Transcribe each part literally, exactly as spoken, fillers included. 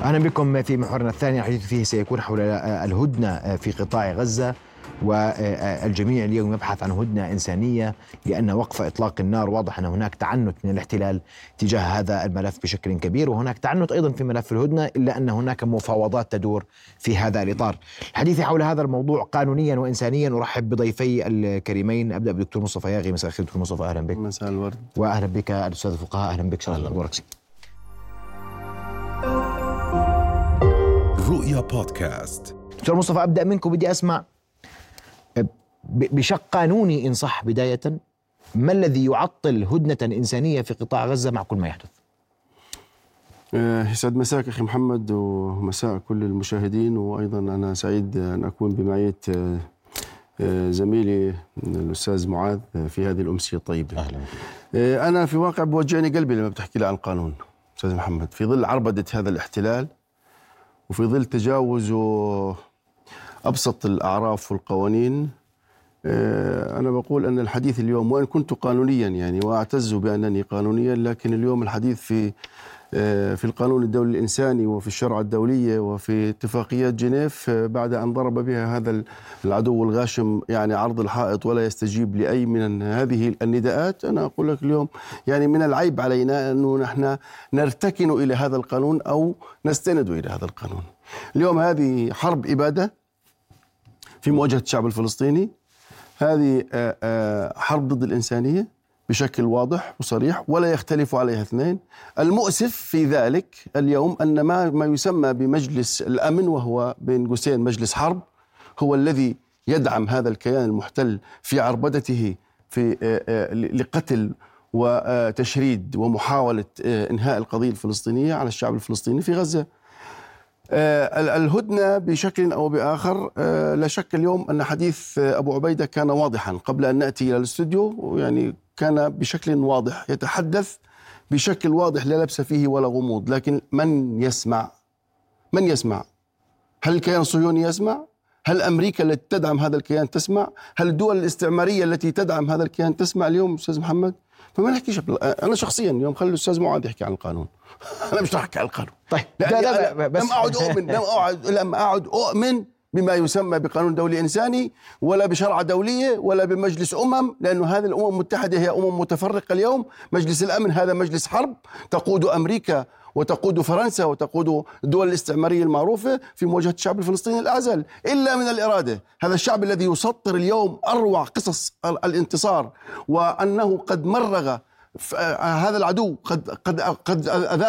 أهلا بكم في محورنا الثاني، الحديث فيه سيكون حول الهدنة في قطاع غزة، والجميع اليوم يبحث عن هدنة إنسانية، لأن وقف إطلاق النار واضح أن هناك تعنت من الاحتلال تجاه هذا الملف بشكل كبير، وهناك تعنت أيضا في ملف الهدنة، إلا أن هناك مفاوضات تدور في هذا الإطار. الحديث حول هذا الموضوع قانونيا وإنسانيا، أرحب بضيفي الكريمين. أبدأ بدكتور مصطفى ياغي. مساء الخير دكتور مصطفى، أهلا بك. مساء الورد. وأهلا بك الأستاذ الفقهاء، أهلا بك. شرف أخبارك؟ رؤيا بودكاست. دكتور مصطفى، أبدأ منك وبدي أسمع بشق قانوني إن صح بداية، ما الذي يعطل هدنة إنسانية في قطاع غزة مع كل ما يحدث؟ يسعد مساك أخي محمد ومساء كل المشاهدين، وأيضا أنا سعيد أن أكون بمعية زميلي الأستاذ معاذ في هذه الأمسية الطيبة. أهلا. أنا في واقع بوجعني قلبي لما بتحكي لي عن القانون أستاذ محمد، في ظل عربدة هذا الاحتلال وفي ظل تجاوزه أبسط الأعراف والقوانين. أنا بقول أن الحديث اليوم، وإن كنت قانونيا يعني وأعتز بأنني قانونيا، لكن اليوم الحديث في في القانون الدولي الإنساني وفي الشرع الدولية وفي اتفاقيات جنيف، بعد أن ضرب بها هذا العدو الغاشم يعني عرض الحائط ولا يستجيب لأي من هذه النداءات. أنا أقول لك اليوم يعني من العيب علينا أنه نحن نرتكن إلى هذا القانون أو نستند إلى هذا القانون. اليوم هذه حرب إبادة في مواجهة الشعب الفلسطيني، هذه حرب ضد الإنسانية بشكل واضح وصريح ولا يختلف عليها اثنين. المؤسف في ذلك اليوم أن ما ما يسمى بمجلس الأمن، وهو بين قوسين مجلس حرب، هو الذي يدعم هذا الكيان المحتل في عربدته في لقتل وتشريد ومحاولة إنهاء القضية الفلسطينية على الشعب الفلسطيني في غزة. الهدنة بشكل أو بآخر، لا شك اليوم أن حديث أبو عبيدة كان واضحا قبل أن نأتي إلى الاستوديو، يعني كان بشكل واضح يتحدث بشكل واضح لا لبس فيه ولا غموض. لكن من يسمع؟ من يسمع؟ هل الكيان الصهيوني يسمع؟ هل أمريكا التي تدعم هذا الكيان تسمع؟ هل الدول الاستعمارية التي تدعم هذا الكيان تسمع اليوم أستاذ محمد؟ فما نحكيش. أنا شخصيا اليوم خلي الأستاذ معاذ يحكي عن القانون. أنا مش رح أحكي عن القانون. طيب لا لا لا بس لم أعد أؤمن لم أعد لم أعد أؤمن بما يسمى بقانون دولي إنساني ولا بشرعة دولية ولا بمجلس أمم، لأنه هذه الأمم المتحدة هي أمم متفرقة اليوم. مجلس الأمن هذا مجلس حرب تقود أمريكا وتقود فرنسا وتقود الدول الاستعمارية المعروفة في مواجهة الشعب الفلسطيني الأعزل. إلا من الإرادة هذا الشعب الذي يسطر اليوم أروع قصص الانتصار، وأنه قد مرغ هذا العدو، قد قد قد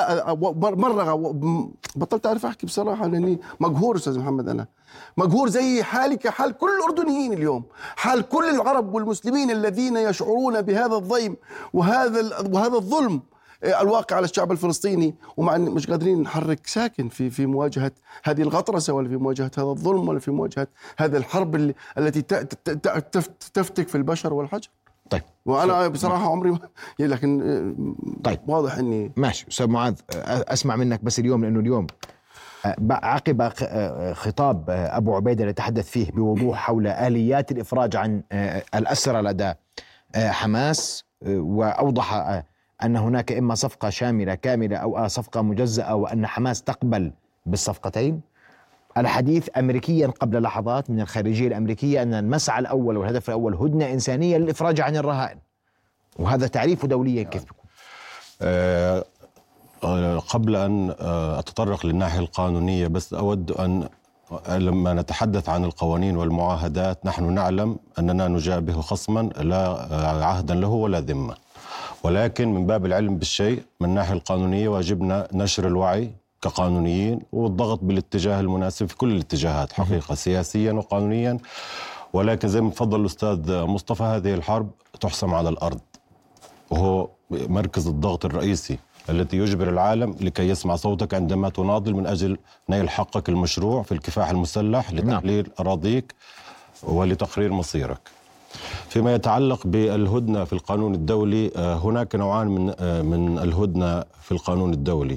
مرغ. بطلت أعرف أحكي بصراحة لأني مقهور أستاذ محمد. أنا مقهور زي حالي كحال كل الأردنيين اليوم، حال كل العرب والمسلمين الذين يشعرون بهذا الضيم وهذا وهذا الظلم الواقع على الشعب الفلسطيني، ومع أن مش قادرين نحرك ساكن في في مواجهة هذه الغطرسة ولا في مواجهة هذا الظلم ولا في مواجهة هذه الحرب اللي التي تفتك في البشر والحجر. طيب، وأنا بصراحة عمري لكن طيب واضح إني ماشي. أستاذ معاذ، أسمع منك بس اليوم، لأنه اليوم عقب خطاب أبو عبيدة اللي تحدث فيه بوضوح حول آليات الإفراج عن الأسرى لدى حماس، وأوضح أن هناك إما صفقة شاملة كاملة أو صفقة مجزأة، وأن حماس تقبل بالصفقتين. الحديث أمريكيا قبل لحظات من الخارجية الأمريكية أن المسعى الأول والهدف الأول هدنة إنسانية للإفراج عن الرهائن، وهذا تعريف دوليا كيف بيكون؟ أه قبل أن أتطرق للناحية القانونية، بس أود أن لما نتحدث عن القوانين والمعاهدات نحن نعلم أننا نجابه خصما لا عهدا له ولا ذمة، ولكن من باب العلم بالشيء من الناحية القانونية واجبنا نشر الوعي كقانونيين والضغط بالاتجاه المناسب في كل الاتجاهات حقيقة سياسيا وقانونيا. ولكن زي ما تفضل الأستاذ مصطفى، هذه الحرب تحسم على الأرض، وهو مركز الضغط الرئيسي التي يجبر العالم لكي يسمع صوتك عندما تناضل من أجل نيل حقك المشروع في الكفاح المسلح لتحليل أراضيك ولتقرير مصيرك. فيما يتعلق بالهدنة في القانون الدولي، هناك نوعان من من الهدنة في القانون الدولي،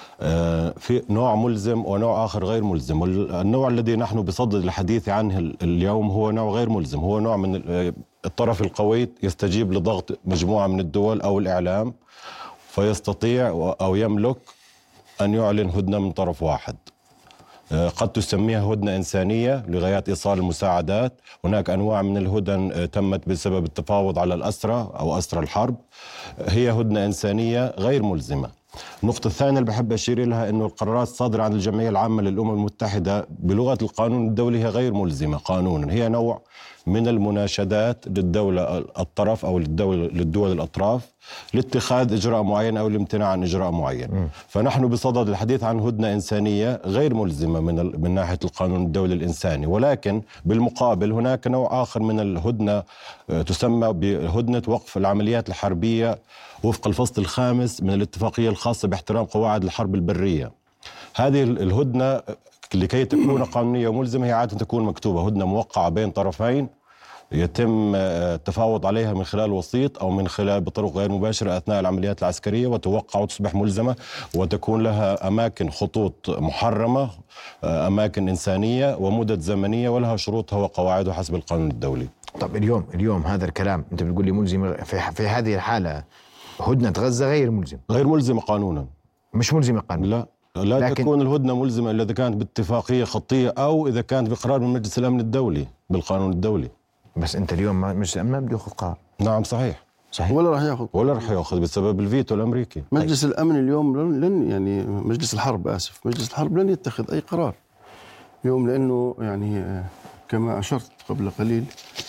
في نوع ملزم ونوع آخر غير ملزم. والنوع الذي نحن بصدد الحديث عنه اليوم هو نوع غير ملزم، هو نوع من الطرف القوي يستجيب لضغط مجموعة من الدول أو الإعلام فيستطيع أو يملك أن يعلن هدنة من طرف واحد. قد تسميها هدنة إنسانية لغاية إيصال المساعدات. هناك أنواع من الهدن تمت بسبب التفاوض على الأسرى أو أسرى الحرب. هي هدنة إنسانية غير ملزمة. النقطة الثانية اللي بحب أشير لها أنه القرارات الصادرة عن الجمعية العامة للأمم المتحدة بلغة القانون الدولي هي غير ملزمة قانونا. هي نوع من المناشدات للدولة الطرف أو للدول, للدول الأطراف لاتخاذ إجراء معين أو الامتناع عن إجراء معين. م. فنحن بصدد الحديث عن هدنة إنسانية غير ملزمة من, من ناحية القانون الدولي الإنساني، ولكن بالمقابل هناك نوع آخر من الهدنة تسمى بهدنة وقف العمليات الحربية وفق الفصل الخامس من الاتفاقية الخاصة باحترام قواعد الحرب البرية. هذه الهدنة لكي تكون قانونية وملزمة هي عادة تكون مكتوبة هدنة موقعة بين طرفين يتم التفاوض عليها من خلال وسيط أو من خلال بطرق غير مباشرة أثناء العمليات العسكرية، وتوقع وتصبح ملزمة وتكون لها أماكن خطوط محرمة، أماكن إنسانية ومدة زمنية، ولها شروطها وقواعدها حسب القانون الدولي. طب اليوم اليوم هذا الكلام أنت بتقول لي ملزم، في, في هذه الحالة هدنة غزة غير ملزم غير ملزمة قانونا، مش ملزمة قانونا. لا لا لكن تكون الهدنة ملزمة إلا إذا كانت باتفاقية خطية أو إذا كانت بقرار من مجلس الأمن الدولي بالقانون الدولي. بس أنت اليوم مجلس الأمن ما بده يأخذ قرار. نعم صحيح صحيح. ولا راح يأخذ ولا راح يأخذ بسبب الفيتو الأمريكي. مجلس طيب. الأمن اليوم لن يعني مجلس الحرب آسف مجلس الحرب لن يتخذ أي قرار اليوم، لأنه يعني كما أشرت قبل قليل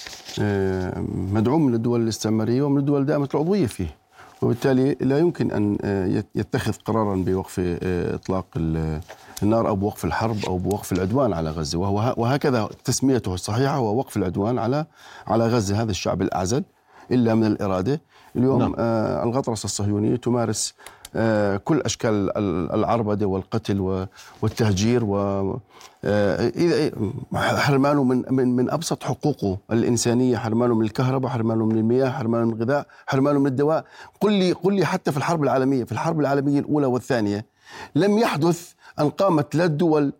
مدعوم من الدول الاستعمارية ومن الدول دائمة العضوية فيه، وبالتالي لا يمكن أن يتخذ قرارا بوقف إطلاق النار أو بوقف الحرب أو بوقف العدوان على غزة، وهو وهكذا تسميته الصحيحة هو وقف العدوان على على غزة، هذا الشعب الأعزل إلا من الإرادة. اليوم نعم. آه الغطرسة الصهيونية تمارس آه كل أشكال العربدة والقتل والتهجير، و إذا حرمانه من من من أبسط حقوقه الإنسانية، حرمانه من الكهرباء، حرمانه من المياه، حرمانه من الغذاء، حرمانه من الدواء. قل لي قل لي حتى في الحرب العالمية في الحرب العالمية الأولى والثانية لم يحدث أن قامت لا الدول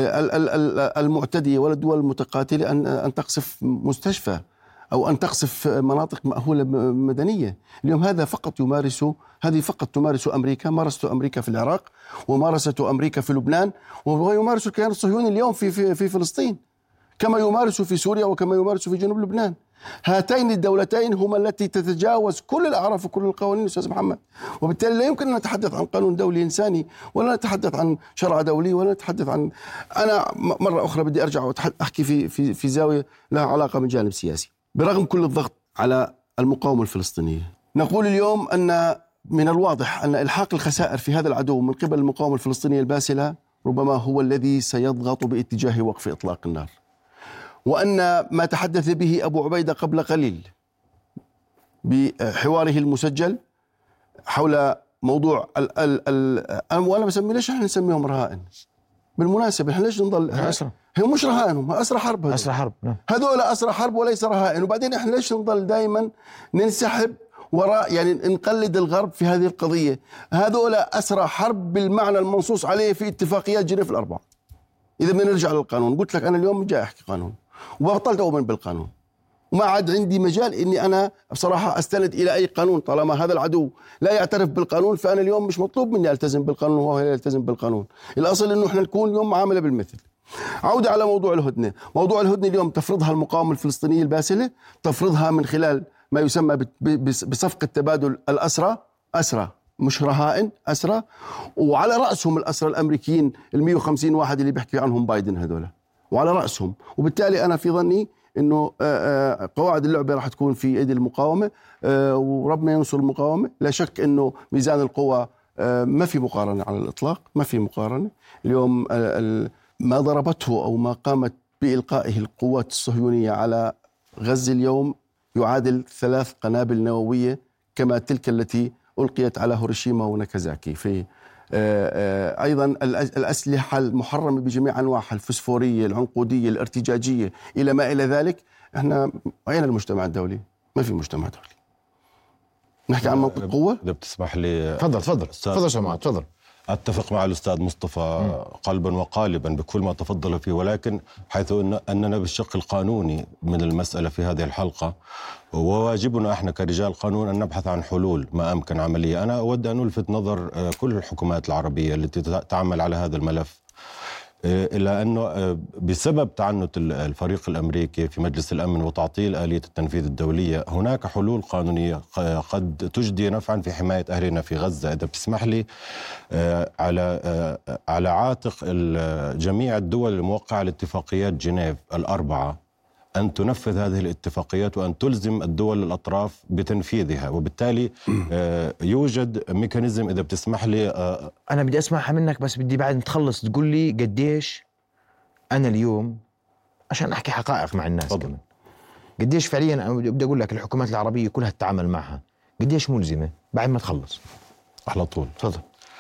المعتدية ولا الدول المتقاتلة أن أن تقصف مستشفى أو أن تقصف مناطق مأهولة مدنية. اليوم هذا فقط يمارسه هذه فقط تمارسه أمريكا، مارسته أمريكا في العراق ومارسته أمريكا في لبنان، ويمارس الكيان الصهيوني اليوم في في في فلسطين، كما يمارسه في سوريا وكما يمارسه في جنوب لبنان. هاتين الدولتين هما التي تتجاوز كل الأعراف وكل القوانين أستاذ محمد، وبالتالي لا يمكن أن نتحدث عن قانون دولي إنساني ولا نتحدث عن شرع دولي ولا نتحدث عن. أنا مرة أخرى بدي أرجع وأحكي في في في زاوية لها علاقة من جانب سياسي. برغم كل الضغط على المقاومة الفلسطينية، نقول اليوم أن من الواضح أن إلحاق الخسائر في هذا العدو من قبل المقاومة الفلسطينية الباسلة ربما هو الذي سيضغط باتجاه وقف إطلاق النار، وأن ما تحدث به أبو عبيدة قبل قليل بحواره المسجل حول موضوع ال ال ال وأنا بسمي ليش احنا نسميهم رهائن؟ بالمناسبة احنا ليش نضل أسرى؟ هم مش رهائن، هم أسرى حرب. أسرى حرب نعم. هذول أسرى حرب وليس رهائن. وبعدين احنا ليش نضل دائما ننسحب وراء يعني نقلد الغرب في هذه القضية؟ هذول أسرى حرب بالمعنى المنصوص عليه في اتفاقيات جنيف الأربعة. إذا بدنا نرجع للقانون، قلت لك أنا اليوم جاي أحكي قانون وبطلت أؤمن بالقانون، وما عاد عندي مجال إني أنا بصراحة أستند إلى أي قانون. طالما هذا العدو لا يعترف بالقانون فأنا اليوم مش مطلوب مني ألتزم بالقانون وهو لا يلتزم بالقانون. الأصل إنه إحنا نكون اليوم معاملة بالمثل. عودة على موضوع الهدنة. موضوع الهدنة اليوم تفرضها المقاومة الفلسطينية الباسلة، تفرضها من خلال ما يسمى بصفقة تبادل الأسرى، أسرى مش رهائن، أسرى، وعلى رأسهم الأسرى الأمريكيين المية وخمسين واحد اللي بيحكي عنهم بايدن هذول، وعلى رأسهم. وبالتالي أنا في ظني إنه قواعد اللعبة راح تكون في أيدي المقاومة، وربنا ينصر المقاومة. لا شك إنه ميزان القوى ما في مقارنة على الإطلاق، ما في مقارنة. اليوم ما ضربته أو ما قامت بإلقائه القوات الصهيونية على غزة اليوم يعادل ثلاث قنابل نووية كما تلك التي ألقيت على هيروشيما وناكازاكي. في أيضا الأسلحة المحرمة بجميع أنواعها، الفسفورية، العنقودية، الارتجاجية، إلى ما إلى ذلك. إحنا أين المجتمع الدولي؟ ما في مجتمع دولي. نحكي عن منطق قوة. إذا بتسمح لي تفضل تفضل تفضل سماعة تفضل. أتفق مع الأستاذ مصطفى قلبا وقالبا بكل ما تفضل فيه، ولكن حيث أننا بالشق القانوني من المسألة في هذه الحلقة، وواجبنا احنا كرجال قانون أن نبحث عن حلول ما أمكن عملية. أنا أود أن ألفت نظر كل الحكومات العربية التي تعمل على هذا الملف إلا أنه بسبب تعنت الفريق الأمريكي في مجلس الأمن وتعطيل آلية التنفيذ الدولية، هناك حلول قانونية قد تجدي نفعا في حماية أهلنا في غزة. إذا بتسمح لي، على على عاتق جميع الدول الموقعة على اتفاقيات جنيف الأربعة أن تنفذ هذه الاتفاقيات وأن تلزم الدول الأطراف بتنفيذها، وبالتالي يوجد ميكانيزم. إذا بتسمح لي، أنا بدي أسمعها منك، بس بدي بعد تخلص تقول لي قديش أنا اليوم، عشان أحكي حقائق مع الناس كمان، قديش فعليا أنا بدي أقول لك الحكومات العربية كلها تتعامل معها، قديش ملزمة بعد ما تخلص على طول. تفضل.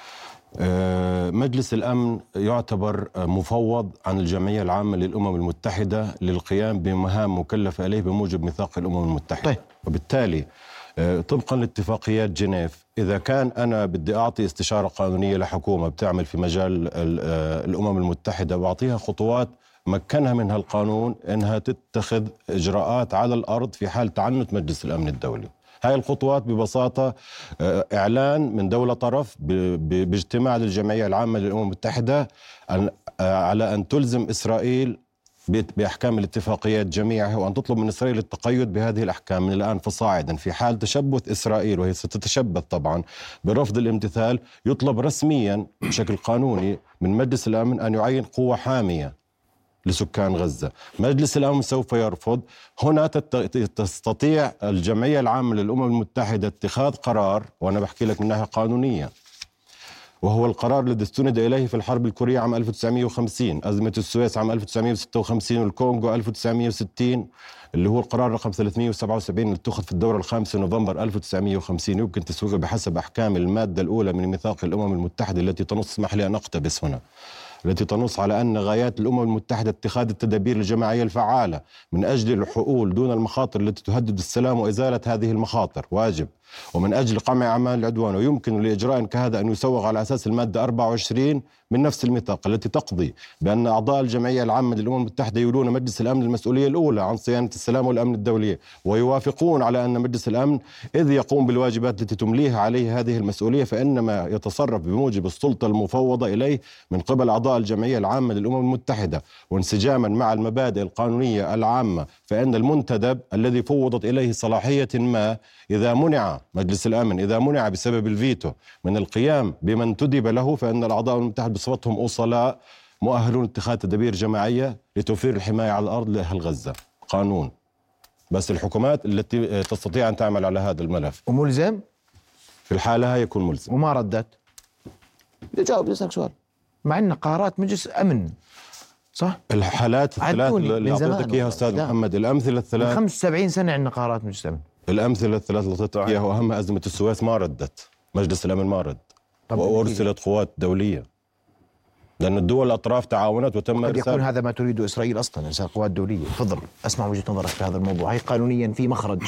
مجلس الأمن يعتبر مفوض عن الجمعية العامة للأمم المتحدة للقيام بمهام مكلفة إليه بموجب ميثاق الأمم المتحدة. طيب. وبالتالي طبقا لاتفاقيات جنيف، إذا كان أنا بدي أعطي استشارة قانونية لحكومة بتعمل في مجال الأمم المتحدة وأعطيها خطوات مكنها منها القانون أنها تتخذ إجراءات على الأرض في حال تعنت مجلس الأمن الدولي. هاي الخطوات ببساطة إعلان من دولة طرف باجتماع للجمعية العامة للأمم المتحدة على أن تلزم إسرائيل بأحكام الاتفاقيات جميعها، وأن تطلب من إسرائيل التقيد بهذه الأحكام من الآن فصاعدا. في حال تشبث إسرائيل، وهي ستتشبث طبعا برفض الامتثال، يطلب رسميا بشكل قانوني من مجلس الأمن أن يعين قوة حامية لسكان غزة. مجلس الأمن سوف يرفض. هنا تستطيع الجمعية العامة للأمم المتحدة اتخاذ قرار، وأنا بحكي لك من ناحية قانونية، وهو القرار الذي استند إليه في الحرب الكورية عام ألف وتسعمئة وخمسين، أزمة السويس عام ألف وتسعمئة وستة وخمسين، والكونغو ألف وتسعمئة وستين، اللي هو القرار رقم ثلاثمئة وسبعة وسبعين اللي اتخذ في الدورة الخامسة نوفمبر ألف وتسعمئة وخمسين. يمكن تسويقه بحسب أحكام المادة الأولى من ميثاق الأمم المتحدة التي تنص، اسمح لي أن أقتبس هنا، التي تنص على أن غايات الأمم المتحدة اتخاذ التدابير الجماعية الفعالة من أجل الحقول دون المخاطر التي تهدد السلام وإزالة هذه المخاطر واجب، ومن أجل قمع أعمال العدوان. ويمكن لإجراء كهذا أن يسوغ على أساس المادة أربعة وعشرين من نفس الميثاق التي تقضي بأن أعضاء الجمعية العامة للأمم المتحدة يولون مجلس الأمن المسؤولية الأولى عن صيانة السلام والأمن الدولي، ويوافقون على أن مجلس الأمن إذ يقوم بالواجبات التي تمليها عليه هذه المسؤولية فإنما يتصرف بموجب السلطة المفوضة إليه من قبل أعضاء الجمعية العامة للأمم المتحدة، وانسجاما مع المبادئ القانونية العامة، فإن المنتدب الذي فوضت إليه صلاحية ما إذا منع مجلس الأمن إذا منع بسبب الفيتو من القيام بما انتدب له، فإن الأعضاء المتحدة بصفتهم أوصلاء مؤهلون اتخاذ تدابير جماعية لتوفير الحماية على الأرض لأهل غزة. قانون، بس الحكومات التي تستطيع أن تعمل على هذا الملف. وملزم في الحالة هاي يكون ملزم. وما ردت. بدي أجاوب، بدي أسألك سؤال. مع أن قرارات مجلس أمن، صح؟ الحالات الثلاث اللي أعطيتك إياها أستاذ محمد، الأمثلة الثلاث، خمسة وسبعين سنة عندنا قرارات مجلس أمن. الأمثلة الثلاث اللي أعطيتك إياها، وأهم أزمة السويس ما ردت، مجلس الأمن ما رد، وأرسلت قوات دولية لأن الدول الأطراف تعاونت وتم قد يكون هذا ما تريده إسرائيل أصلا، إرسال قوات دولية. تفضل أسمع وجهة نظرك في هذا الموضوع. هي قانونيا في مخرج،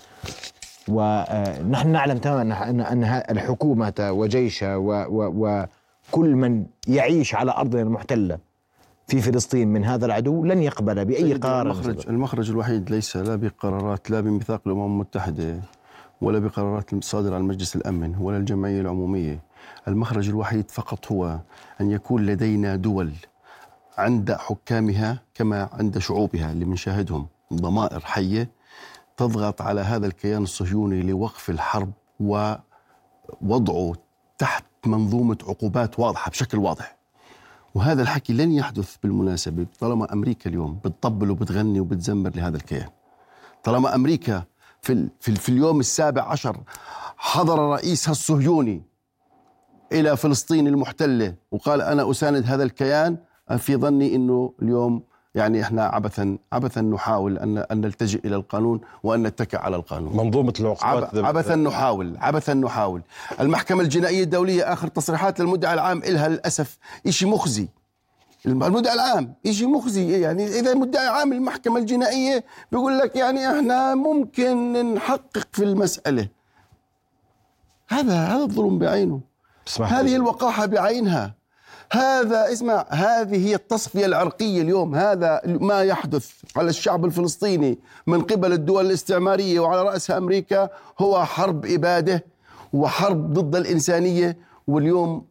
ونحن نعلم تماما أن أن الحكومة وجيشها وكل من يعيش على أرضنا المحتلة في فلسطين من هذا العدو لن يقبل بأي قرار. المخرج, المخرج الوحيد ليس لا بقرارات، لا بميثاق الأمم المتحدة ولا بقرارات الصادرة عن مجلس الأمن ولا الجمعية العمومية. المخرج الوحيد فقط هو أن يكون لدينا دول عند حكامها كما عند شعوبها اللي بنشاهدهم ضمائر حية تضغط على هذا الكيان الصهيوني لوقف الحرب ووضعه تحت منظومة عقوبات واضحة بشكل واضح. وهذا الحكي لن يحدث بالمناسبة طالما أمريكا اليوم بتطبل وبتغني وبتزمر لهذا الكيان. طالما أمريكا في, في, في اليوم السابع عشر حضر رئيسها الصهيوني إلى فلسطين المحتلة وقال أنا أساند هذا الكيان، في ظني أنه اليوم يعني إحنا عبثا عبثا نحاول أن أن نلتجئ إلى القانون وأن نتكئ على القانون. منظومة العقوبات عب... عبثا نحاول عبثا نحاول المحكمة الجنائية الدولية آخر تصريحات للمدعي العام إلها للأسف إشي مخزي. المدعي العام إشي مخزي، يعني إذا مدعي عام المحكمة الجنائية بيقول لك يعني إحنا ممكن نحقق في المسألة. هذا هذا الظلم بعينه. هذه الوقاحة بعينها. هذا اسمع، هذه هي التصفية العرقية اليوم. هذا ما يحدث على الشعب الفلسطيني من قبل الدول الاستعمارية وعلى رأسها أمريكا هو حرب إبادة وحرب ضد الإنسانية. واليوم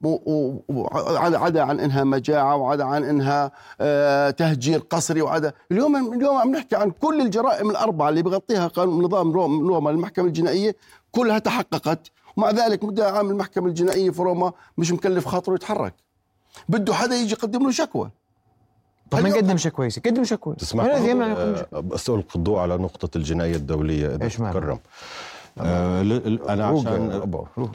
عدا عن انها مجاعه، وعدا عن انها تهجير قسري، وعدا اليوم اليوم عم نحكي عن كل الجرائم الاربعه اللي بغطيها قانون نظام روما المحكمه الجنائيه، كلها تحققت. ومع ذلك مدعي عام المحكمه الجنائيه في روما مش مكلف خاطره يتحرك، بده حدا يجي يقدم له شكوى. طب ما نقدم شكوى، قدم شكوى. تسمح لي اسأل الضوء على نقطه الجنايه الدوليه اذا تكرم. آه أنا عشان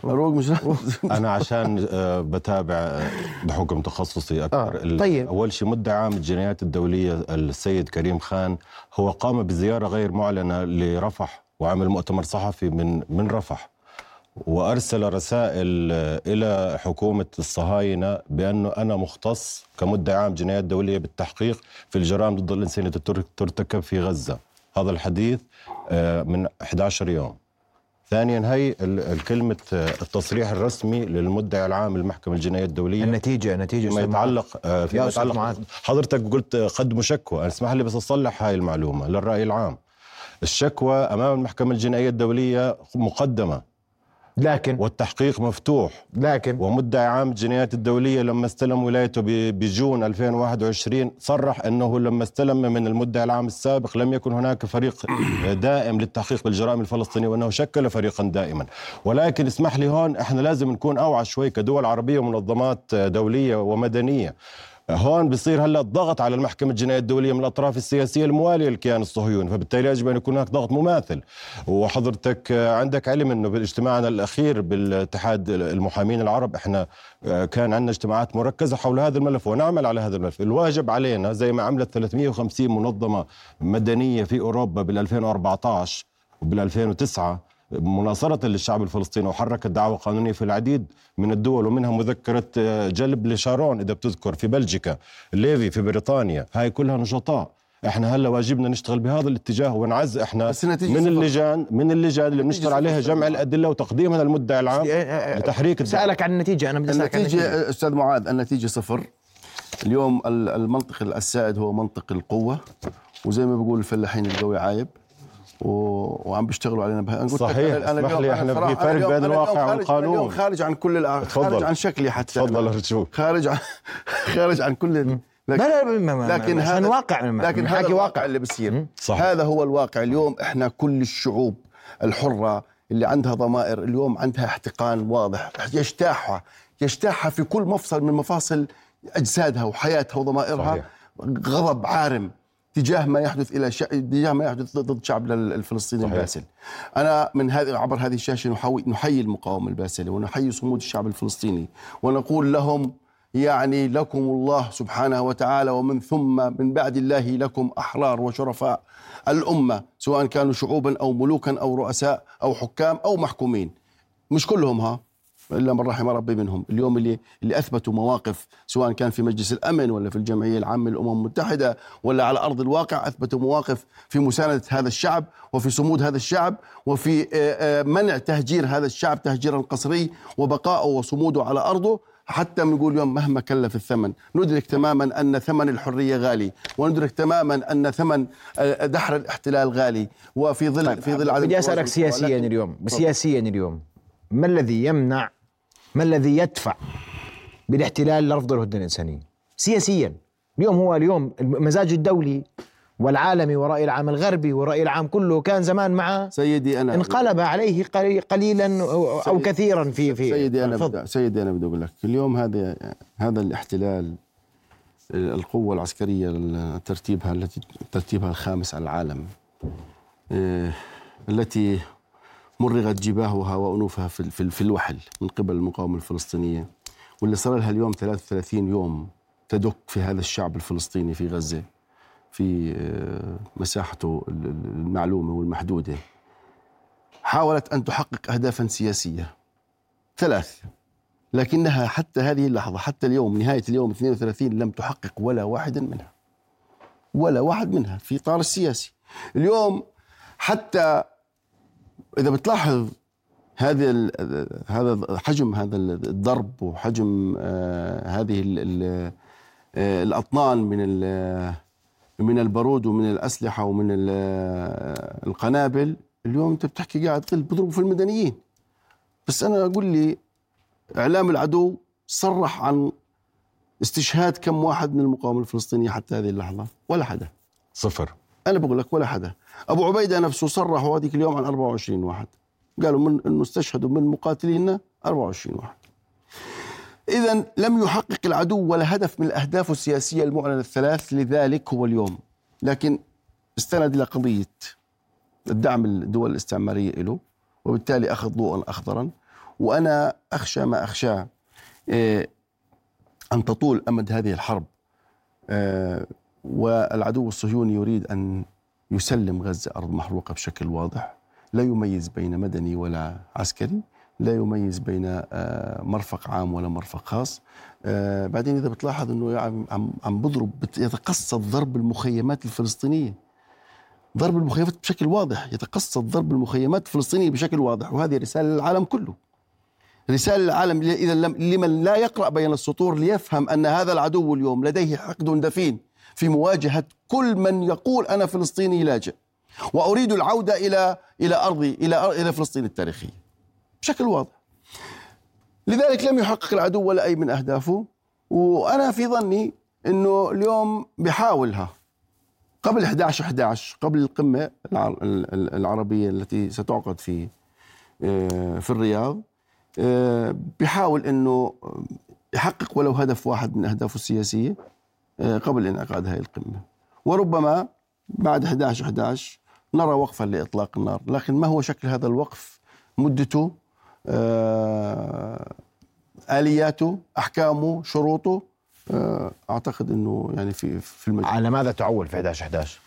أنا عشان آه بتابع بحكم تخصصي أكثر. آه. طيب. أول شيء مدعي عام الجنايات الدولية السيد كريم خان هو قام بزيارة غير معلنة لرفح وعمل مؤتمر صحفي من من رفح، وأرسل رسائل إلى حكومة الصهاينة بأنه أنا مختص كمدعي عام جنايات دولية بالتحقيق في الجرائم ضد الإنسانية ترتكب في غزة. هذا الحديث آه من إحدى عشر يوم. ثانيا هي الكلمة التصريح الرسمي للمدعي العام المحكمة الجنائية الدولية. النتيجة نتيجة فيما يتعلق فيما يتعلق حضرتك قلت قدموا شكوى، اسمح لي بس أصلح هاي المعلومة للرأي العام. الشكوى أمام المحكمة الجنائية الدولية مقدمة لكن والتحقيق مفتوح، لكن ومدعي عام الجنايات الدولية لما استلم ولايته بجون ألفين وواحد وعشرين صرح أنه لما استلم من المدعي العام السابق لم يكن هناك فريق دائم للتحقيق بالجرائم الفلسطينية وأنه شكل فريقا دائما. ولكن اسمح لي هون احنا لازم نكون أوعى شوي كدول عربية ومنظمات دولية ومدنية. هون بيصير هلا الضغط على المحكمة الجنائية الدولية من الأطراف السياسية الموالية للكيان الصهيوني، فبالتالي يجب أن يكون هناك ضغط مماثل. وحضرتك عندك علم أنه باجتماعنا الأخير بالاتحاد المحامين العرب احنا كان عندنا اجتماعات مركزة حول هذا الملف ونعمل على هذا الملف. الواجب علينا زي ما عملت ثلاثمئة وخمسين منظمة مدنية في أوروبا بالألفين وأربعة عشر وبالألفين وتسعة مناصرة للشعب الفلسطيني، وحركت دعوة قانونية في العديد من الدول، ومنها مذكرة جلب لشارون إذا بتذكر في بلجيكا، ليفي في بريطانيا. هاي كلها نشاطات. احنا هلا واجبنا نشتغل بهذا الاتجاه ونعز احنا من اللجان من اللجان اللي بنشتغل عليها جمع الأدلة وتقديمها للمدعي العام لتحريك الدعوة. سألك عن النتيجة. أنا بدي أسألك عن النتيجة أستاذ معاذ. النتيجة صفر. اليوم المنطق السائد هو منطق القوة، وزي ما بيقول الفلاحين القوي عايب، وعم بيشتغلوا علينا بها. صحيح. أنا اسمح لي احنا في فرق بين الواقع والقانون. خارج عن كل الآخر، خارج عن شكلي حتى. تفضل ارجوك. خارج عن خارج عن كل لكن لا لا لكن هذا واقع، لكن هذا الواقع اللي بصير. هذا هو الواقع اليوم. احنا كل الشعوب الحرة اللي عندها ضمائر اليوم عندها احتقان واضح يجتاحها يجتاحها في كل مفصل من مفاصل أجسادها وحياتها وضمائرها. صحيح. غضب عارم تجاه ما يحدث إلى ش... تجاه ما يحدث ضد شعب الفلسطيني الباسل. أنا من هذه عبر هذه الشاشة نحاول نحيي المقاومة الباسلة ونحيي صمود الشعب الفلسطيني، ونقول لهم يعني لكم الله سبحانه وتعالى، ومن ثم من بعد الله لكم أحرار وشرفاء الأمة، سواء كانوا شعوبا أو ملوكا أو رؤساء أو حكام أو محكومين. مش كلهم ها إلا من رحم ربي منهم. اليوم اللي اللي أثبتوا مواقف سواء كان في مجلس الأمن ولا في الجمعية العامة للأمم المتحدة ولا على أرض الواقع، أثبتوا مواقف في مساندة هذا الشعب وفي صمود هذا الشعب وفي منع تهجير هذا الشعب تهجيرا قسري وبقائه وصموده على أرضه. حتى نقول اليوم مهما كلف الثمن، ندرك تماما أن ثمن الحرية غالي، وندرك تماما أن ثمن دحر الاحتلال غالي. وفي ظل طيب في ظل عدم. بدي أسألك سياسيا اليوم، سياسيا اليوم ما الذي يمنع، ما الذي يدفع بالاحتلال لرفض الهدنة الإنسانية سياسيا اليوم؟ هو اليوم المزاج الدولي والعالمي والرأي العام الغربي والرأي العام كله كان زمان مع سيدي أنا انقلب عليه قليلا أو كثيرا في في سيدي أنا بدأ سيدي أنا بدي أقول لك اليوم هذا هذا الاحتلال، القوة العسكرية ترتيبها التي ترتيبها الخامس على العالم، التي مرغت جباهها وأنوفها في في في الوحل من قبل المقاومة الفلسطينية، واللي صار لها اليوم ثلاثة وثلاثين يوم تدك في هذا الشعب الفلسطيني في غزة في مساحته المعلومة والمحدودة. حاولت أن تحقق أهدافا سياسية ثلاث، لكنها حتى هذه اللحظة حتى اليوم نهاية اليوم اثنين وثلاثين لم تحقق ولا واحد منها، ولا واحد منها في إطار السياسي. اليوم حتى إذا بتلاحظ هذا هذا حجم هذا الضرب وحجم هذه الأطنان من من البارود ومن الأسلحة ومن القنابل. اليوم أنت بتحكي قاعد تقول بضربوا في المدنيين. بس أنا أقول لي إعلام العدو صرح عن استشهاد كم واحد من المقاومة الفلسطينية حتى هذه اللحظة؟ ولا حدا. صفر. أنا بقول لك ولا حدا. أبو عبيدة نفسه صرحوا هذيك اليوم عن أربعة وعشرين واحد، قالوا من إنه استشهدوا من مقاتلينا أربعة وعشرين واحد. إذن لم يحقق العدو ولا هدف من الأهداف السياسية المعلنة الثلاث، لذلك هو اليوم. لكن استند إلى قضية الدعم الدول الاستعمارية له، وبالتالي أخذ ضوءا أخضرا. وأنا أخشى ما أخشى إيه أن تطول أمد هذه الحرب، إيه والعدو الصهيوني يريد أن يسلم غزة أرض محروقة بشكل واضح، لا يميز بين مدني ولا عسكري، لا يميز بين مرفق عام ولا مرفق خاص. بعدين إذا بتلاحظ أنه عم عم بضرب، يتقصد ضرب المخيمات الفلسطينية، ضرب المخيمات بشكل واضح، يتقصد ضرب المخيمات الفلسطينية بشكل واضح. وهذه رسالة للعالم كله، رسالة للعالم إذا لمن لا يقرأ بين السطور ليفهم أن هذا العدو اليوم لديه حقد دفين في مواجهة كل من يقول أنا فلسطيني لاجئ وأريد العودة إلى إلى أرضي، إلى إلى فلسطين التاريخية بشكل واضح. لذلك لم يحقق العدو ولا أي من أهدافه. وأنا في ظني أنه اليوم بيحاولها قبل أحد عشر أحد عشر، قبل القمة العربية التي ستعقد في في الرياض، بيحاول أنه يحقق ولو هدف واحد من أهدافه السياسية قبل انعقاد هذه القمة. وربما بعد أحد عشر أحد عشر نرى وقفا لإطلاق النار، لكن ما هو شكل هذا الوقف، مدته، آلياته، أحكامه، شروطه، أعتقد أنه يعني في في المجال. على ماذا تعول في أحد عشر أحد عشر؟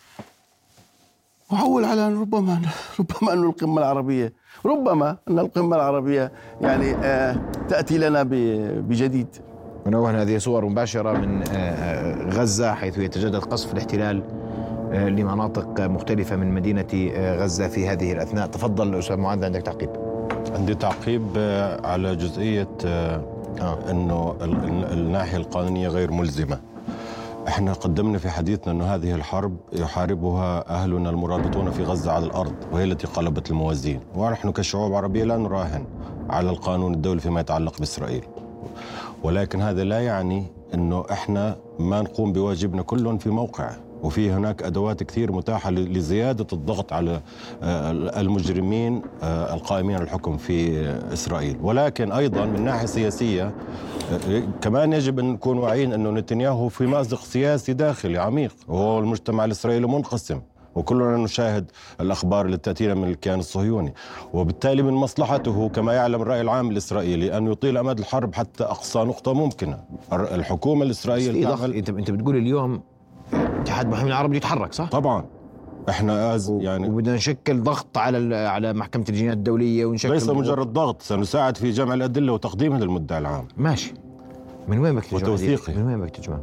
وعول على ربما ربما أن القمة العربية ربما أن القمة العربية يعني تأتي لنا بجديد. ونوه هذه صور مباشرة من غزة حيث يتجدد قصف الاحتلال لمناطق مختلفة من مدينة غزة في هذه الأثناء. تفضل أستاذ معاذ، عندك تعقيب؟ عندي تعقيب على جزئية آه. أنه الناحية القانونية غير ملزمة. احنا قدمنا في حديثنا أن هذه الحرب يحاربها أهلنا المرابطون في غزة على الأرض، وهي التي قلبت الموازين، ونحن كشعوب عربية لا نراهن على القانون الدولي فيما يتعلق بإسرائيل. ولكن هذا لا يعني أنه احنا ما نقوم بواجبنا كل في موقعه، وفي هناك أدوات كثير متاحة لزيادة الضغط على المجرمين القائمين على الحكم في إسرائيل. ولكن أيضا من ناحية سياسية كمان يجب أن نكون واعيين أنه نتنياهو في مأزق سياسي داخلي عميق، وهو المجتمع الإسرائيلي منقسم، وكلنا نشاهد الأخبار التي تأتينا من الكيان الصهيوني. وبالتالي من مصلحته كما يعلم الرأي العام الإسرائيلي أن يطيل أمد الحرب حتى أقصى نقطة ممكنة. الحكومة الإسرائيلية تعمل... أنت أنت بتقول اليوم اتحاد المحامين العرب يتحرك، صح؟ طبعا. احنا أز يعني وبدنا نشكل ضغط على على محكمة الجنايات الدولية، ونشكل ليس مجرد ضغط، سنساعد في جمع الأدلة وتقديمها للمدعي العام. ماشي. من وين بدك تجمع؟ وتوثيقه. من وين بدك تجمع؟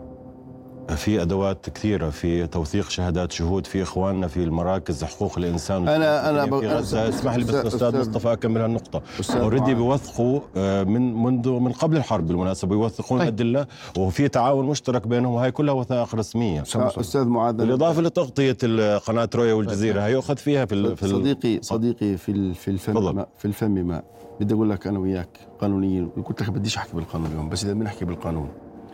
في أدوات كثيرة، في توثيق شهادات شهود، في إخواننا في المراكز حقوق الإنسان أنا أنا في غزة. اسمح لي بس أستاذ مصطفى أكمل هالنقطة. أوريدي بيوثقوا من منذ من قبل الحرب بالمناسبة، بيوثقون طيب. الأدلة، وفي تعاون مشترك بينهم، وهي كلها وثائق رسمية. أستاذ معاذ، بالإضافة لتغطية قناة رويا والجزيرة هيؤخذ فيها في, في صديقي صديقي في في الفم ما في الفم ما بدي أقول لك أنا وياك قانونيين، وقلت لك بديش أحكي بالقانون اليوم، بس إذا بنحكي بالقانون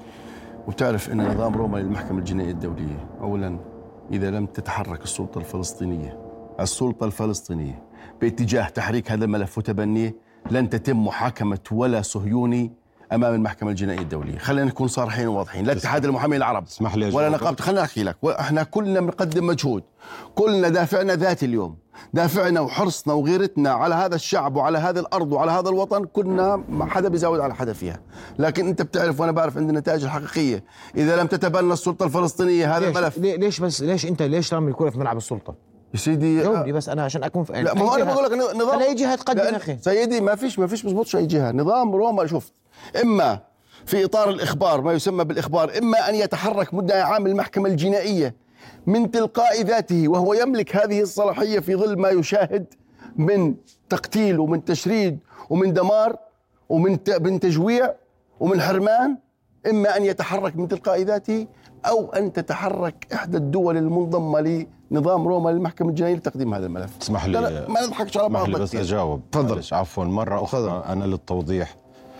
وبتعرف أن نظام روما للمحكمة الجنائية الدولية، أولا إذا لم تتحرك السلطة الفلسطينية السلطة الفلسطينية باتجاه تحريك هذا الملف وتبنيه، لن تتم محاكمة ولا صهيوني أمام المحكمة الجنائية الدولية. خلينا نكون صارحين وواضحين، لا اتحاد المحامين العرب ولا نقابة. خلينا أحكي لك، وإحنا كلنا بنقدم مجهود، كلنا دافعنا ذات اليوم، دافعنا وحرصنا وغيرتنا على هذا الشعب وعلى هذه الأرض وعلى هذا الوطن، كنا ما حدا بيزود على حدا فيها. لكن أنت بتعرف وأنا بعرف عند النتائج الحقيقية إذا لم تتبنى السلطة الفلسطينية هذا ليش الملف. ليش بس ليش أنت ليش رامي الكرة في ملعب السلطة يا سيدي؟ جاوبني بس أنا عشان أكون في لا، ما هو أنا بقول لك نظام أي جهة تقدم أخي سيدي، ما فيش ما فيش مزبوط أي جهة. نظام روما شفت إما في إطار الإخبار، ما يسمى بالإخبار، إما أن يتحرك مدعي عام المحكمة الجنائية من تلقاء ذاته، وهو يملك هذه الصلاحية في ظل ما يشاهد من تقتيل ومن تشريد ومن دمار ومن من تجويع ومن حرمان، إما أن يتحرك من تلقاء ذاته أو أن تتحرك إحدى الدول المنضمة لنظام روما للمحكمة الجنائية لتقديم هذا الملف. اسمح لي ما نضحكش على بعض. بس أجاوب. تفضل. عفوا مرة أخرى. فضل. أنا للتوضيح،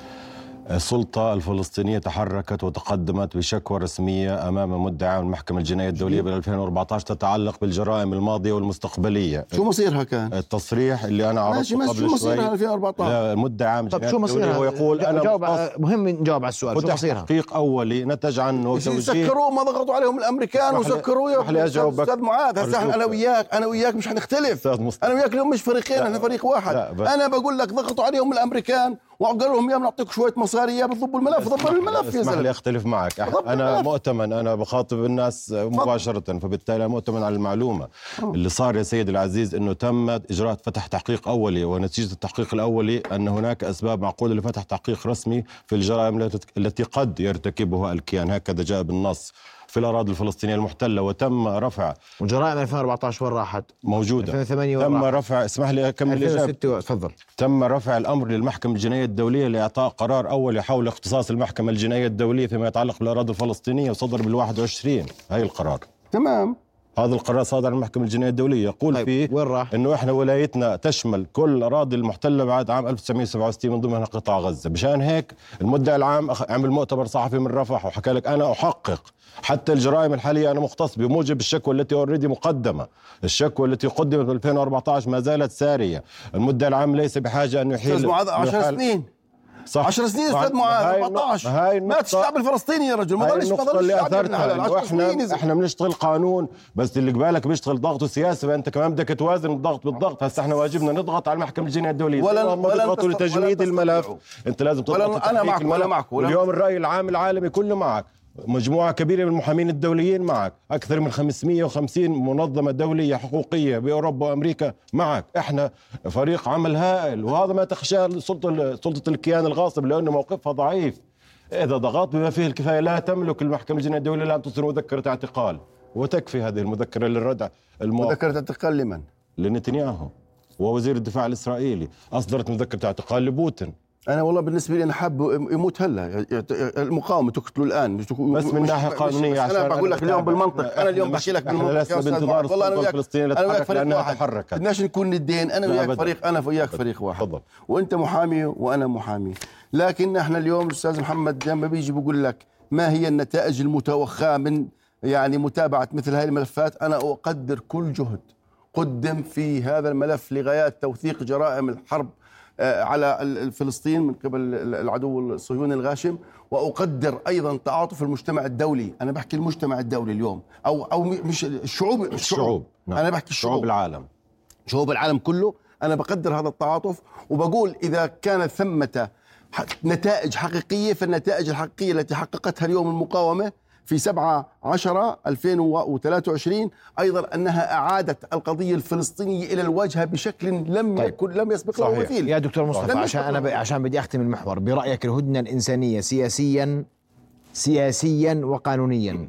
السلطة الفلسطينية تحركت وتقدمت بشكوى رسمية أمام مدعي المحكمة الجنائية الدولية بال ألفين وأربعة عشر تتعلق بالجرائم الماضية والمستقبلية. شو مصيرها كان؟ التصريح اللي أنا عرضته قبل شوي. شو مصيرها ألفين وأربعة عشر؟ لا، المدعي عام طب شو مصيرها؟ هو يقول أنا جاوب، مهم نجاوب على السؤال. شو مصيرها؟ تحقيق أولي نتج عنه توجيه. سكروه، ما ضغطوا عليهم الأمريكان وسكروه. يا أستاذ معاذ، هسه أنا وياك أنا وياك مش حنختلف. أنا وياك اليوم مش فريقين، أنا فريق واحد. أنا بقول لك ضغطوا عليهم الأمريكان وقالوا لهم يا بنعطيك شويه مصاري يا بتضبوا الملف. ضبوا الملف يا زلمه. اسمح لي اختلف معك. انا مؤتمن، انا بخاطب الناس مباشره، فبالتالي مؤتمن على المعلومه. أوه. اللي صار يا سيدي العزيز انه تم اجراء فتح تحقيق اولي، ونتيجه التحقيق الاولي ان هناك اسباب معقوله لفتح تحقيق رسمي في الجرائم التي قد يرتكبها الكيان، هكذا جاء بالنص، في الأراضي الفلسطينية المحتلة. وتم رفع وجرائم ألفين وأربعة عشر وين راحت؟ موجودة. ألفين وثمانية تم رفع، اسمح لي أكمل إجابة. تفضل. تم رفع الأمر للمحكمة الجنائية الدولية لإعطاء قرار أولي حول اختصاص المحكمة الجنائية الدولية فيما يتعلق بالأراضي الفلسطينية، وصدر بالواحد وعشرين. هاي القرار تمام. هذا القرار صادر عن المحكمة الجنائية الدولية، يقول طيب. فيه وين راح؟ إنه إحنا ولايتنا تشمل كل الأراضي المحتلة بعد عام ألف وتسعمئة وسبعة وستين من ضمنها قطاع غزة. مشان هيك المدعي العام عمل مؤتمر صحفي من رفح وحكى لك أنا أحقق حتى الجرائم الحالية، أنا مختص بموجب الشكوى التي أوريدي مقدمة. الشكوى التي قدمت ب ألفين وأربعة عشر ما زالت سارية. المدعي العام ليس بحاجة أن يحيل. عشر سنين صح. عشر سنين استاذ معاذ. أربعة عشر مات الشعب الفلسطيني يا رجل. ما ضلش ما ضلش الشعب الحلال. احنا احنا بنشتغل قانون، بس اللي قبالك بيشتغل ضغط وسياسه، فانت كمان بدك توازن الضغط بالضغط. هسه احنا واجبنا نضغط على المحكمه الجنائيه الدوليه. ولا ما بيضغطوا لتجميد الملف، انت لازم تضغط. انا معك ولا معك. واليوم الراي العام العالمي كله معك، مجموعة كبيرة من المحامين الدوليين معك، أكثر من خمسمئة وخمسين منظمة دولية حقوقية بأوروبا وأمريكا معك. إحنا فريق عمل هائل، وهذا ما تخشاه سلطة سلطة الكيان الغاصب، لأنه موقفها ضعيف. إذا ضغط بما فيه الكفاية لا تملك المحكمة الجنائية الدولية لا تصدر مذكرة اعتقال، وتكفي هذه المذكرة للردع. مذكرة اعتقال لمن؟ لنتنياهو ووزير الدفاع الإسرائيلي. أصدرت مذكرة اعتقال لبوتين. أنا والله بالنسبة لي أنا حاب يموت هلا. المقاومة تقتلوا الآن بس من ناحية قانونية. أنا بقول لك اليوم بالمنطق. أنا اليوم بحكي لك بالمنطق. احنا لسنا بانتظار السلطة الفلسطينية لتتحرك لأنها تحركت. بدناش نكون ندين. أنا وياك فريق، أنا وياك فريق واحد. فضل. وأنت محامي وأنا محامي، لكن احنا اليوم أستاذ محمد لما بيجي بقول لك ما هي النتائج المتوخاة من يعني متابعة مثل هذه الملفات، أنا أقدر كل جهد قدم في هذا الملف لغايات توثيق جرائم الحرب على فلسطين من قبل العدو الصهيوني الغاشم، وأقدر أيضا تعاطف المجتمع الدولي. أنا بحكي المجتمع الدولي اليوم أو أو مش الشعوب الشعوب, الشعوب. نعم. أنا بحكي الشعوب، شعوب العالم شعوب العالم كله. أنا بقدر هذا التعاطف، وبقول إذا كانت ثمة نتائج حقيقية، فالنتائج الحقيقية التي حققتها اليوم المقاومة في سبعة عشر ألفين وثلاثة وعشرين أيضا أنها أعادت القضية الفلسطينية إلى الواجهة بشكل لم طيب. يكن لم يسبق له مثيل. يا دكتور مصطفى، عشان أنا ب... عشان بدي أختم المحور، برأيك الهدنة الإنسانية سياسيا سياسيا وقانونيا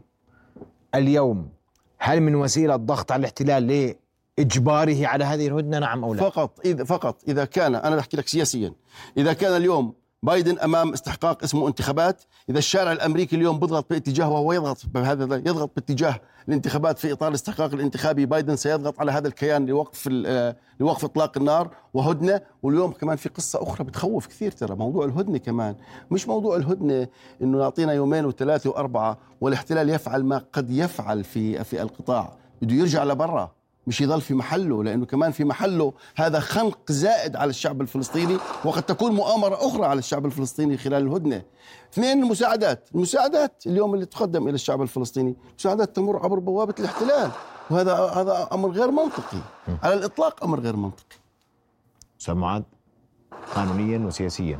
اليوم هل من وسيلة ضغط على الاحتلال لإجباره على هذه الهدنة، نعم أو لا؟ فقط إذا فقط إذا كان، أنا بحكي لك سياسيا، إذا كان اليوم بايدن امام استحقاق اسمه انتخابات، اذا الشارع الامريكي اليوم بيضغط باتجاه وهو يضغط بهذا يضغط باتجاه الانتخابات في اطار الاستحقاق الانتخابي، بايدن سيضغط على هذا الكيان لوقف لوقف اطلاق النار وهدنه. واليوم كمان في قصه اخرى بتخوف كثير، ترى موضوع الهدنه كمان مش موضوع الهدنه انه يعطينا يومين وثلاثه واربعه والاحتلال يفعل ما قد يفعل في في القطاع، بده يرجع لبرا مش يضل في محله، لأنه كمان في محله هذا خنق زائد على الشعب الفلسطيني، وقد تكون مؤامرة أخرى على الشعب الفلسطيني خلال الهدنة. اثنين، المساعدات المساعدات اليوم اللي تقدم إلى الشعب الفلسطيني، مساعدات تمر عبر بوابة الاحتلال، وهذا هذا أمر غير منطقي على الإطلاق، أمر غير منطقي. أستاذ معاذ، قانونيا وسياسيا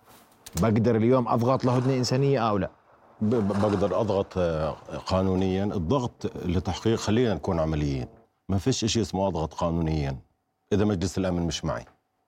بقدر اليوم أضغط لهدنة إنسانية أو لا؟ بقدر أضغط قانونيا. الضغط لتحقيق، خلينا نكون عمليين، ما فيش إشي اسمه أضغط قانونيا إذا مجلس الأمن مش معي.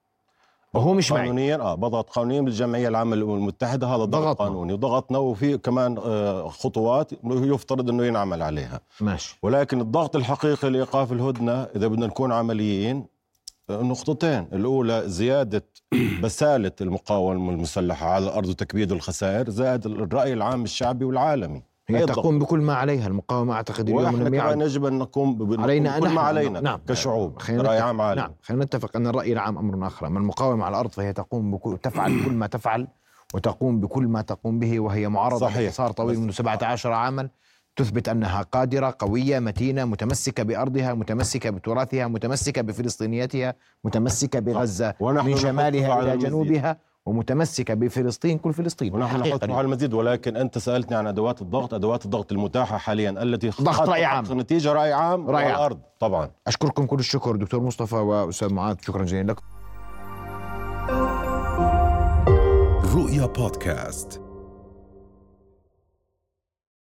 وهو مش معي قانونيا اه بضغط قانونيا بالجمعية العامة المتحدة، هذا ضغط قانوني وضغطنا، وفي كمان آه خطوات يفترض انه ينعمل عليها. ماشي. ولكن الضغط الحقيقي لإيقاف الهدنة إذا بدنا نكون عمليين نقطتين. الأولى زيادة بسالة المقاومة المسلحة على الأرض وتكبيد الخسائر، زائد الرأي العام الشعبي والعالمي. هي تقوم بكل ما عليها المقاومة. أعتقد اليوم ونحن كمان يجب أن نقوم ب... علينا بكل أن ما علينا نعم. كشعوب، رأي عام عالمي. نعم، خلينا نتفق أن الرأي العام أمر آخر. أما المقاومة على الأرض فهي تقوم بكل... تفعل كل ما تفعل وتقوم بكل ما تقوم به، وهي معرضة لحصار طويل منذ سبعة عشر عاما، تثبت أنها قادرة، قوية، متينة، متمسكة بأرضها، متمسكة بتراثها، متمسكة بفلسطينيتها، متمسكة بغزة من شمالها إلى جنوبها، ومتمسكة بفلسطين كل فلسطين. ونحن نحط على المزيد. ولكن أنت سألتني عن أدوات الضغط. أدوات الضغط المتاحة حاليا التي ضغط رأي عام، نتيجة رأي عام رأي على الأرض. طبعا أشكركم كل الشكر دكتور مصطفى وأستاذ معاذ، شكرا جزيلا لكم. رؤيا بودكاست.